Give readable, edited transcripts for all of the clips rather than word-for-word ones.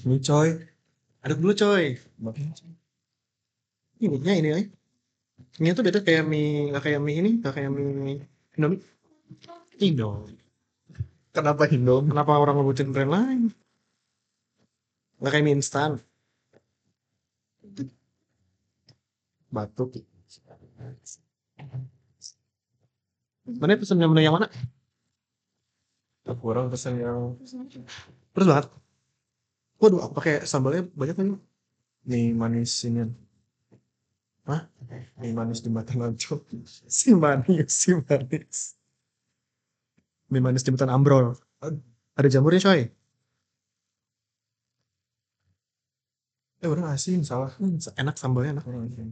Mie coy. Aduk dulu coy. Ini mie-nya ini ya. Mie tuh beda kayak mie, nggak kayak mie ini, nggak kayak mie Indomie. Indomie. Kenapa Indomie? Kenapa orang ngebutin brand lain? Nggak kayak mie instan. Batuk. Mana pesen menu yang mana? Kurang pesen yang Terus banget. Waduh, aku pakai sambalnya banyak kan? mie manis ini. Hah? Mie manis di mata nancop. Si manis, si manis. Mie manis jemputan ambrol. Ada jamurnya coy. Orang asin salah. Enak sambalnya enak. Orang asin.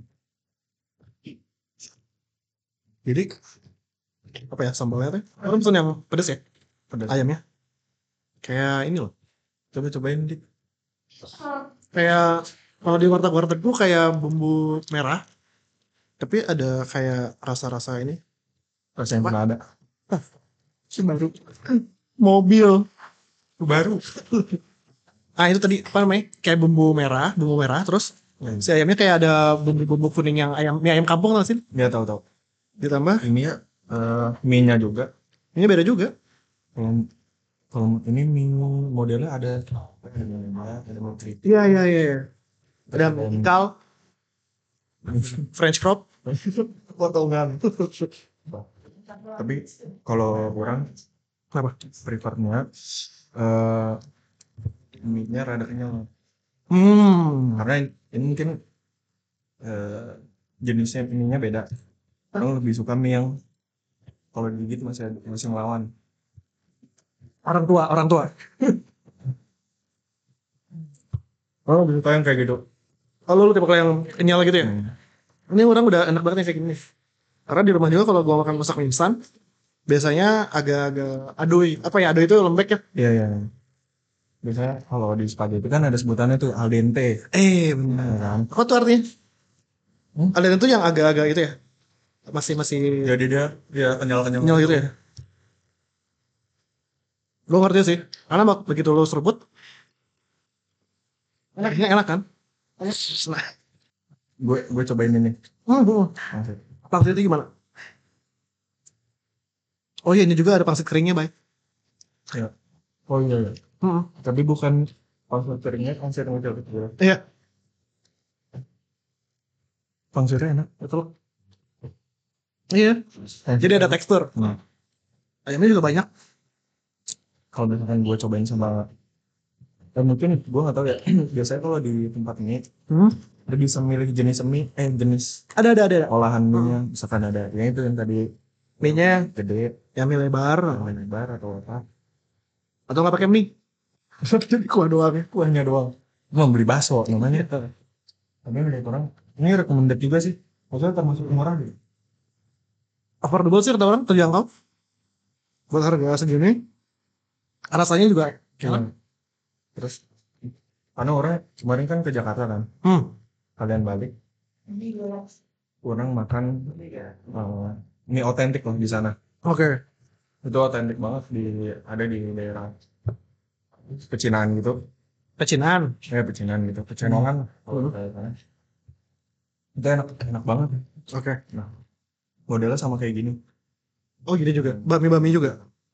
Jadi apa ya sambalnya tuh? Orang pesen yang pedes ya? Pedas. Ayamnya. Kayak ini loh. Coba cobain dik. Kayak kalau di warteg-warteg tuh kayak bumbu merah. Tapi ada kayak rasa-rasa ini. Rasa yang pernah ada. Si baru. Mobil. Baru. Ah itu tadi apa namanya? Kayak bumbu merah. Terus si ayamnya kayak ada bumbu-bumbu kuning yang mie ayam kampung lah sih. Ya tahu. Ditambah Ini ya mie-nya juga. ini beda juga. Kalau ini mie modelnya ada mie crispy. Iya. Ada mie kal, French crop, Potongan. Tapi kalau orang kenapa? prefernya mie-nya rada kenyal. Karena ini mungkin jenisnya mie-nya beda. Orang lebih suka mie yang kalau digigit masih ngelawan. Orang tua. Oh, lebih suka yang kayak gitu. Kalau lu tipe yang kenyal gitu ya? Ini orang udah enak banget nih kayak gini. Karena di rumah juga kalau gua makan masak mie instan, biasanya agak-agak adoy. Apa ya, adoy itu lembek ya? Iya. Biasanya kalau di spaghetti kan ada sebutannya tuh al dente. Benar. Ya kan? Apa tuh artinya? Ada itu yang agak-agak itu ya? Masih Jadi dia kenyal-kenyal kenyal gitu ya? Gue ngerti sih. Karena begitu lu seruput, enaknya enak kan? Nah, Gue cobain ini. pangsit itu gimana? Oh iya, ini juga ada pangsit keringnya, Bay. Ya. Oh iya. Tapi bukan pangsit keringnya, pangsit yang kecil-kecil. Iya. Pangsitnya enak. Betul. Iya. Jadi ada tekstur. Ayamnya juga banyak. Kalau misalkan gue cobain sama mungkin gue nggak tahu ya. Biasanya kalau di tempat ini dia bisa milih jenis mie, jenis Ada. olahan mie-nya. Misalkan ada yang itu yang tadi Mie-nya gede, yang mie lebar atau apa. atau nggak pakai mie. Jadi kuah doang ya. Kuahnya doang. Gue beli bakso namanya. Tapi menurut orang ini recommended juga sih. Maksudnya termasuk murah deh. Affordable sih kata orang, terjangkau. Buat harga segini. Rasanya juga enak. Terus karena orang kemarin kan ke Jakarta kan. Kalian balik. Orang makan mie otentik loh di sana. Oke. Itu otentik banget ada di daerah Pecinan gitu. Pecinan. Pecinan gitu. Pecenongan. Itu enak banget. Oke. Nah, modelnya sama kayak gini. Oh gini juga. Bami juga.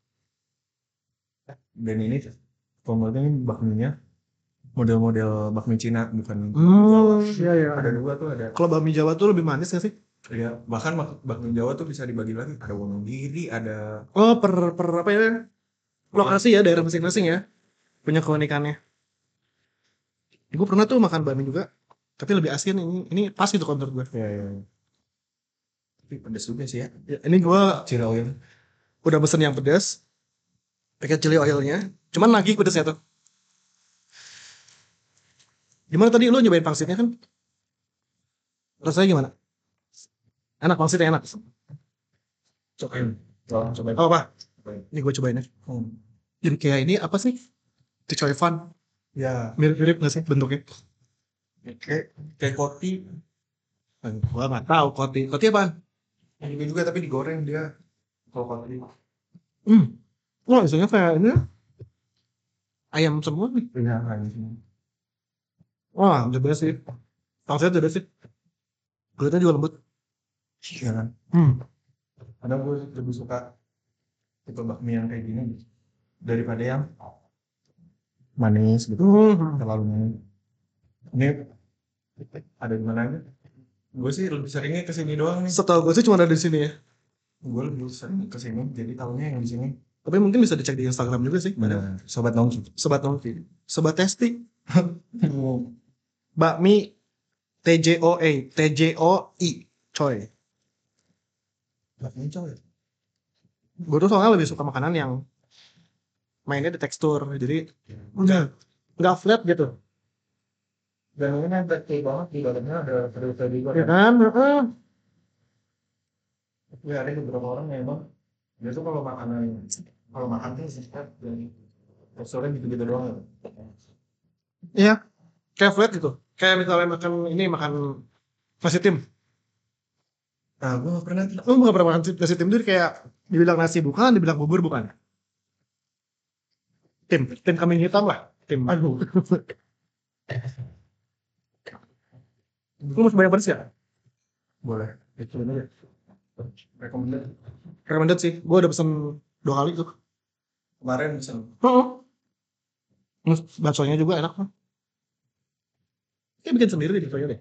Dan ini pembuatnya ini bakminya model-model bakmi Cina bukan. Iya. Ada dua tuh ada. Kalau bakmi Jawa tuh lebih manis nggak sih? Ya, bahkan bakmi Jawa tuh bisa dibagi lagi. Ada Wonogiri, ada. Oh per apa ya? Lokasi ya, daerah masing-masing ya. Punya keunikannya. Gue pernah tuh makan bakmi juga, tapi lebih asin. Ini pas gitu kalau menurut gue. Ya. Tapi pedas juga sih ya. Ini gue Chili oil. udah pesen yang pedas, pakai chili oilnya. Cuman lagi pedasnya tuh. Gimana tadi lu nyobain pangsitnya kan? Rasanya gimana? Enak, pangsitnya enak. Cobain. Oh, apa? Ini gue cobain ya. Jadi kayak ini apa sih? Choy fan. Ya. Mirip-mirip nggak sih bentuknya? Kayak roti. Gua nggak tahu roti. Roti apaan? Ini juga tapi digoreng dia. Kalau roti. Wah, isinya kayak ini ayam semua nih. Iya, ayam semua. Wah, the best sih. Pangsit the best sih. Kulitnya juga lembut. Iya kan. Kadang gue lebih suka tipe bakmi yang kayak gini daripada yang manis gitu, terlalu manis. Ini ada di mana aja? Gue sih lebih seringnya kesini doang nih. Setahu gue sih cuma ada di sini ya. Gue lebih sering kesini, jadi tahunya yang di sini. Tapi mungkin bisa dicek di Instagram juga sih. Bener, Sobat Nongki. Sobat Nongki. Sobat Testi. Bakmi TJOI. Coy. Bakmi coy. Gue tuh soalnya lebih suka makanan yang mainnya di tekstur. Jadi nggak flat gitu. Dan ini ada kayak banget di dalamnya ada peri-peri juga Ya kan. kan? Ya ada beberapa orang yang emang dia tuh kalau makan tuh singkat dan teksturnya gitu-gitu doang ya. Iya. Kayak flat gitu. Kayak misalnya makan nasi tim. Nah, gue gak pernah tuh. Lu nggak pernah makan nasi tim itu kayak dibilang nasi bukan, dibilang bubur bukan. Tim kambing hitam lah. Tim. Aduh. Lu masih banyak pedes ya? Boleh. Itu aja. Recommended sih. Gue udah pesen 2 kali tuh. Kemarin pesen. Terus baksonya juga enak. Kayak bikin sendiri deh baksonya deh.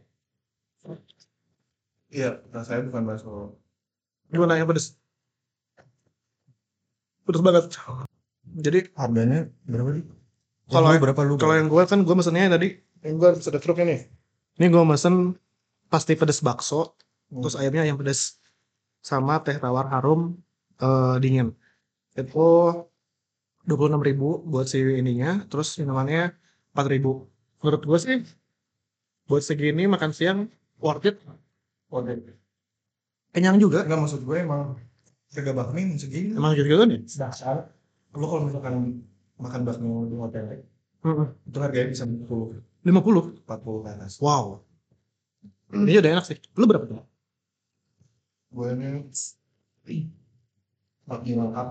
Iya, rasanya bukan bakso. Gimana yang pedes? Pedes banget. Jadi Harganya berapa sih? kalau berapa lu? Kalau yang gue kan gue mesennya tadi, yang gue sudah truknya nih. Ini gue mesen pasti pedes bakso, terus ayamnya yang pedes sama teh tawar harum dingin. Itu 26.000 buat si ininya, terus minumannya 4.000. Menurut gue sih buat segini makan siang worth it. Oke. Kenyang juga. Enggak, maksud gue emang harga bakmi segini. Emang gitu kan ya? Dasar. Lo kalau misalkan makan bakmi di hotel itu harganya bisa 50, 50. 40 ke atas. Wow. Ini udah enak sih. Lu berapa tuh? Gue ini bakmi lengkap.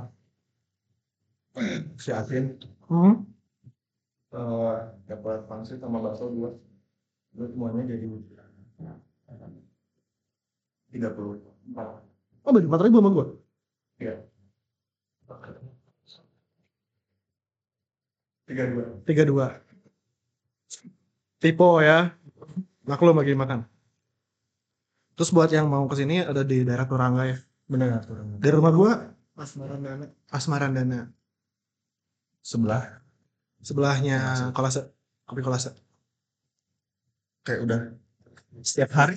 Si asin, dapat pangsit sama bakso 2. Itu semuanya jadi 34. Oh, beda 4.000 sama gue. Iya. 32. 32. Tipe ya. Maklum lagi makan. Terus buat yang mau kesini ada di daerah Turangga ya. Benar. Dari rumah gua Asmarandana. sebelahnya Kolase. Kopi Kolase. Kayak udah setiap hari.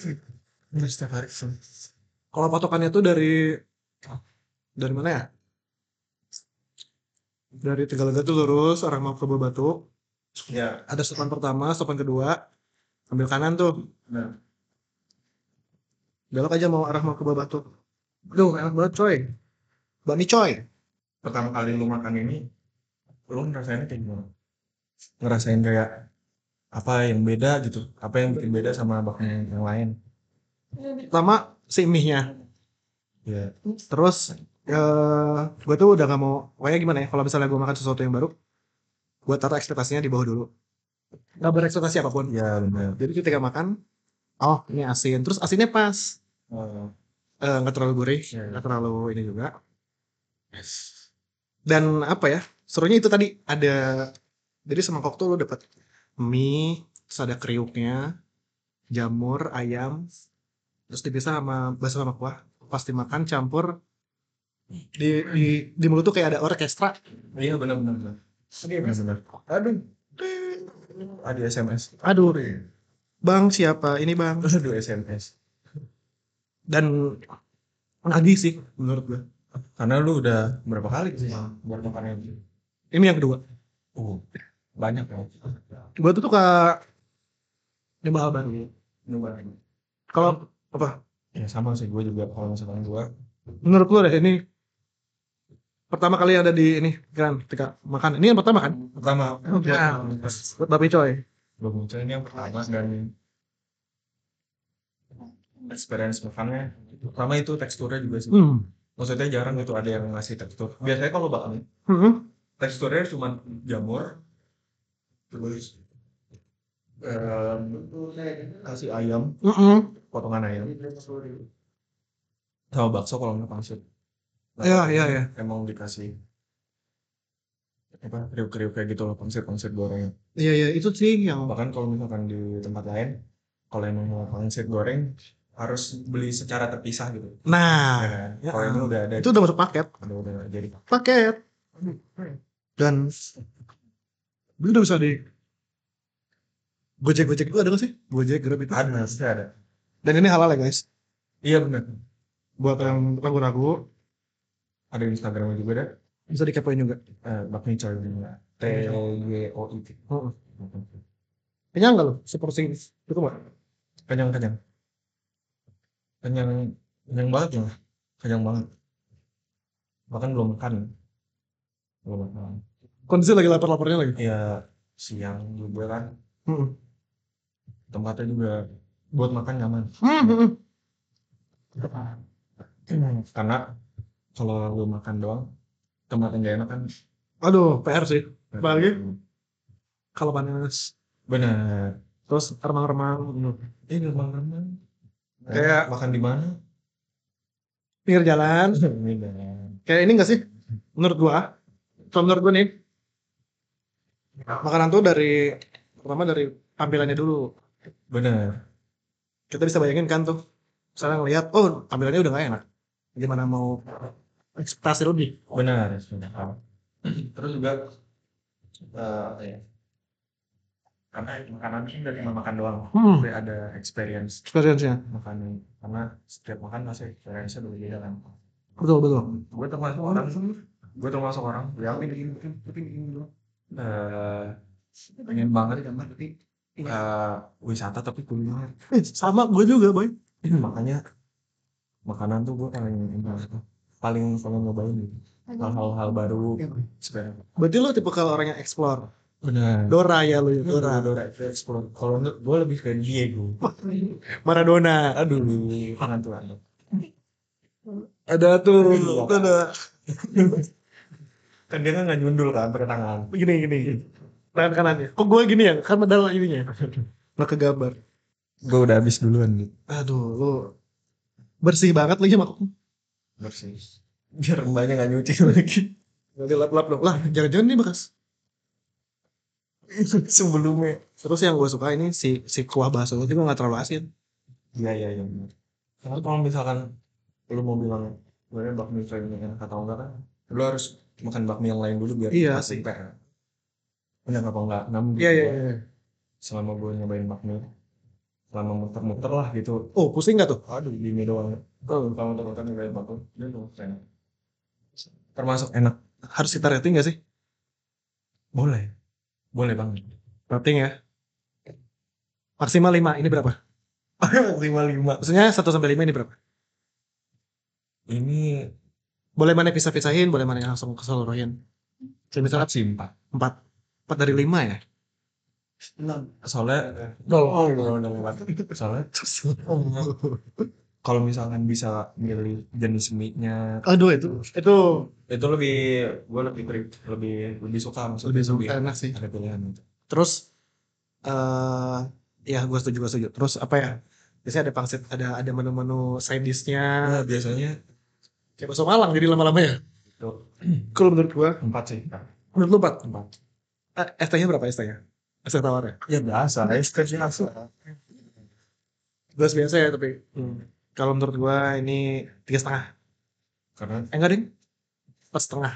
Kalau patokannya tuh dari mana ya? Dari Tegalega tuh lurus arah mau ke Batu. Ya. Ada stopan pertama, stopan kedua. Ambil kanan tuh. Nah. Belok aja mau arah mau ke Batu. Aduh, enak banget coy. Bakmi coy. Pertama kali lu makan ini, lu ngerasainnya kayak gimana? Ngerasain kayak apa yang beda gitu? Apa yang bikin beda sama bakmi yang lain? Pertama si mie-nya. Ya. Terus gue tuh udah gak mau, pokoknya gimana ya, kalau misalnya gue makan sesuatu yang baru, gue taruh ekspektasinya di bawah dulu. Gak berekspektasi apapun. Ya benar. Jadi ketika makan, oh ini asin, terus asinnya pas. Nggak terlalu gurih, nggak terlalu ini juga. Dan apa ya, serunya itu tadi ada, jadi semangkok tuh lo dapat mie, terus ada kriuknya, jamur, ayam, terus dipisah sama bakso sama kuah. Pasti makan campur di mulut tuh kayak ada orkestra. Iya benar. Aduh. Ada SMS. Aduh, bang siapa ini bang? Aduh SMS. Dan lagi sih menurut gue. Karena lu udah berapa kali sih buat makan ini? Ini yang kedua. Banyak ya. Gue tuh suka nyoba hal baru. Kalau apa? Ya sama sih, gue juga kalau misalkan gue. Menurut lu deh ini pertama kali ada di ini kan ketika makan. Ini yang pertama kan? Pertama. Buat Babi Coy. Babi Coy ini yang pertama dan experience makannya. Pertama itu teksturnya juga sih. Maksudnya jarang itu ada yang ngasih tekstur. Biasanya kalau bakmi teksturnya cuma jamur, terus kasih ayam, potongan ayam, sama bakso kalau nggak pangsit. Iya. Emang dikasih apa kriuk-kriuk kayak gitu loh, pangsit goreng. Iya itu sih yang Bahkan kalau misalkan di tempat lain, kalau emang mau pangsit goreng harus beli secara terpisah gitu. Ya nah kan? Kalau ini udah ada, itu udah masuk paket jadi dan itu udah bisa di Gojek itu ada nggak sih? Gojek, Grab itu ada. dan ini halal ya guys, Iya benar. buat yang ragu-ragu Ada Instagramnya juga ada. bisa dikepoin juga. Bakmi Coy TYOIT. Kenyang nggak lo seporsi itu nggak? Kenyang banget ya, kenyang banget. Bahkan belum makan. Kondisi lagi lapar-laparnya lagi. Iya, siang juga kan. Tempatnya juga buat makan nyaman. Karena kalau lu makan doang, tempatnya nggak enak kan. Aduh, PR sih. Apalagi kalau panas. Benar. Terus remang-remang. Ini remang-remang. Kayak makan di mana? pinggir jalan. Kayak ini nggak sih? Menurut gua, kalau menurut gua nih, makanan tuh pertama dari tampilannya dulu. Benar. Kita bisa bayangin kan tuh, misalnya ngeliat, oh tampilannya udah nggak enak. Gimana mau ekspektasi lebih? Benar. Terus juga apa ya? Karena makanan kan dari makan doang, tapi ada experience-nya makan. Karena setiap makan pasti experience-nya berbeda kan. Betul. Gue termasuk orang yang pengen banget tapi wisata tapi kuliner. Sama gue juga boy. Makanya makanan tuh gue paling nyobain gitu. Hal-hal baru. Berarti lo tipe kalau orang yang explore. Benar. Dora ya lo ya. Dora itu explore. Kalau gue lebih ke Diego Maradona. Aduh, pengantuan. Ada tuh. Ada. Kan dia kan nggak nyundul kan pakai tangan. Gini. Tangan kanannya. Kok gue gini ya? Kan medal ininya. Nggak ke gambar. Gue udah habis duluan gitu. Aduh, lo bersih banget lagi makanya. Bersih. Biar mbaknya nggak nyuci lagi. Nanti lap-lap dong. Lah, jangan-jangan ini bekas. Sebelumnya. Terus yang gue suka ini si kuah bakso itu nggak terlalu asin. Iya. Karena kalau misalkan lu mau bilang sebenarnya bakmi ini enak atau enggak kan, lu harus makan bakmi yang lain dulu biar sih. Enak apa enggak. Namun Iya. Selama gue nyobain bakmi, selama muter-muter lah gitu. Oh, pusing nggak tuh? Aduh, gini doang. Kalau muter-muter nyobain bakmi, dia tuh enak. Termasuk enak. Harus kita rating nggak sih? Boleh banget. Rating ya. Maksimal 5, ini berapa? Maksimal 5. Maksudnya 1 sampai 5 ini berapa? Ini boleh mana pisah-pisahin, boleh mana langsung keseluruhin. Misalnya 4 dari 5 ya? Soalnya kalau misalkan bisa milih jenis mie-nya, aduh itu lebih suka, maksudnya lebih suka enak sih. ada pilihan itu. Terus ya gue setuju. Terus apa ya? Biasanya ada pangsit, ada menu-menu side dish-nya. Nah, biasanya kayak bakso Malang jadi lama-lama ya. Kalau menurut gue 4 sih. Menurut lu 4? ST-nya berapa ST-nya? ST tawarnya? Ya biasa, ST biasa. Gelas biasa ya tapi. Kalau menurut gue ini 3,5. Karena enggak ding, 4,5.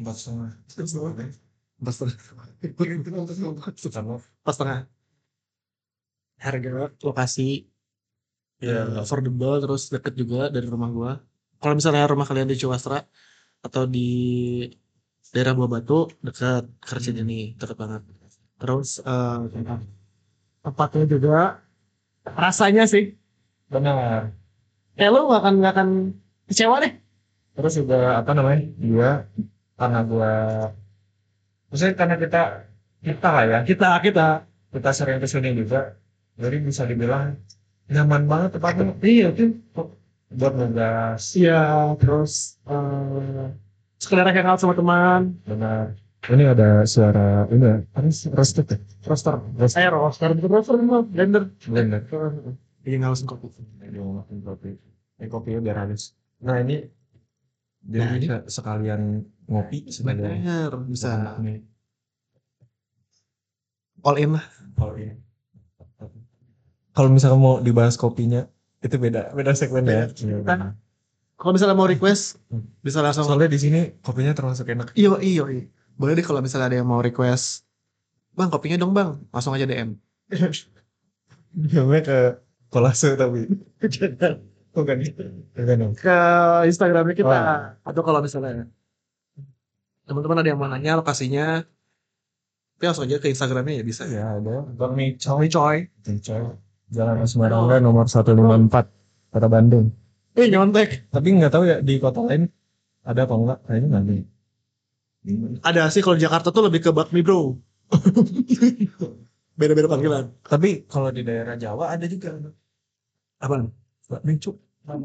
4,5. Harga, lokasi, affordable, terus deket juga dari rumah gua. Kalau misalnya rumah kalian di Ciwastra atau di daerah Buah Batu, dekat Kerjin ini, deket banget. Terus tempatnya juga, rasanya sih benar. Lo nggak akan kecewa deh. Terus juga dia karena kita lah ya, kita sering kesini juga, jadi bisa dibilang nyaman banget tempatnya. Iya tuh buat ngegas. Iya, terus sekedar hangout sama teman. Benar. Ini ada suara ini ya, roasted ya? Roaster. Roaster bukan roaster mah, blender. Blender. Bikin ngalasin kopi. Ini mau makan kopi. Ini kopinya biar halus. Nah ini jadi Nah, bisa sekalian ngopi sekalian Bener, bisa makan nih. all in lah. Kalau ini. Kalau misalkan mau dibahas kopinya itu beda segmen ya. Beda. Kalau misalnya mau request, bisa langsung. Soalnya di sini kopinya termasuk enak. Iya. Boleh deh kalau misalnya ada yang mau request, bang kopinya dong bang, langsung aja DM. Namanya ke kolase tapi bukan dong. Ke Instagramnya kita. Oh. Atau kalau misalnya teman-teman ada yang mau nanya lokasinya, tapi langsung aja ke Instagramnya ya bisa. Ya ada bakmi Coy. coy Jalan Asmarangga nomor 154 Kota Bandung. Nyontek. Tapi nggak tahu ya di kota lain ada apa enggak, kayaknya nggak ada. Ada sih kalau di Jakarta tuh lebih ke bakmi bro. Beda-beda panggilan. Tapi kalau di daerah Jawa ada juga Apaan? bakmi cuk.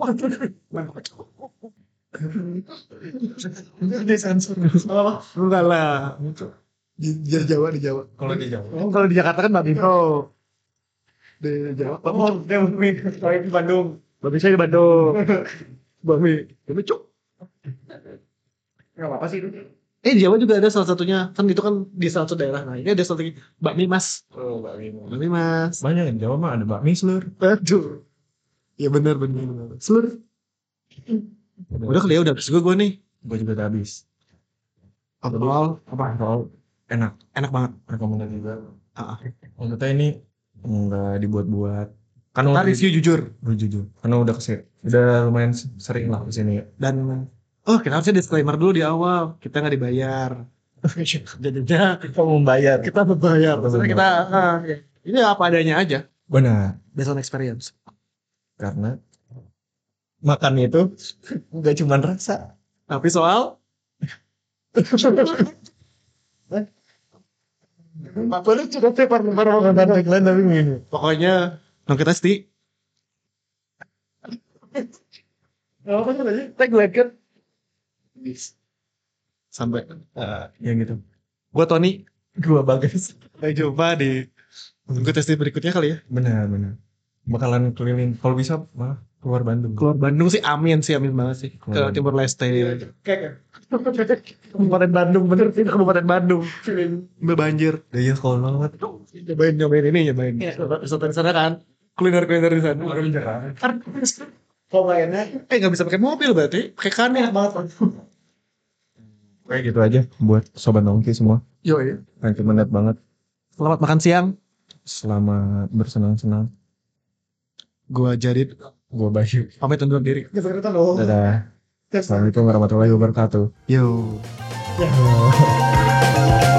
Disensor. Enggak lah. Di Jawa. Kalau di Jawa Kalau di Jakarta kan bakmi bro. Di Jawa. Bakmi. Kalau di Bandung. Bakmi saya di Bandung. Bakmi cuk. Enggak apa-apa sih itu. Di Jawa juga ada salah satunya. Kan itu kan di salah satu daerah. Nah, ini ada satu lagi. Bakmi Mas. oh bakmi Bakmi Mas. banyak di Jawa mah ada bakmi selur. Aduh. Iya benar. Seluruh. Udah kali ya, udah habis gue nih. Gue juga udah habis. Overall, Overall enak banget. rekomendasi juga. Ah. Maksudnya ini nggak dibuat-buat. Kan Kita udah review jujur. jujur. Karena udah lumayan sering lah kesini ya. Dan kita harusnya disclaimer dulu di awal. Kita nggak dibayar. Jadinya Kita membayar. kita berbayar. Maksudnya kita ini apa adanya aja. Benar. Based on experience. Karena makan itu nggak cuma rasa. Tapi soal boleh juga Tagline tapi begini. pokoknya kita sti. Apa namanya? Tagline kan. Sampai Ya gitu. gua Tony. Gua Bagas. Sampai jumpa di testi berikutnya kali ya. Benar. Bakalan keliling. Kalau bisa malah keluar Bandung. Keluar Bandung sih amin banget sih. Ke Timur Leste. Kabupaten Bandung, bener sih Kabupaten Bandung. Ambil banjir. Iya kalau banget. Nyobain ini. Wisata di sana kan. Kuliner di sana. Kalau lainnya, nggak bisa pakai mobil berarti. Pakai kannya banget. Kayak gitu aja buat sobat nongki semua. Yoi. Thank you banget. Selamat makan siang. Selamat bersenang-senang. Gua Jadid. Gua Bayu. Pamit undur diri. Dadah. Assalamualaikum warahmatullahi wabarakatuh. Yo.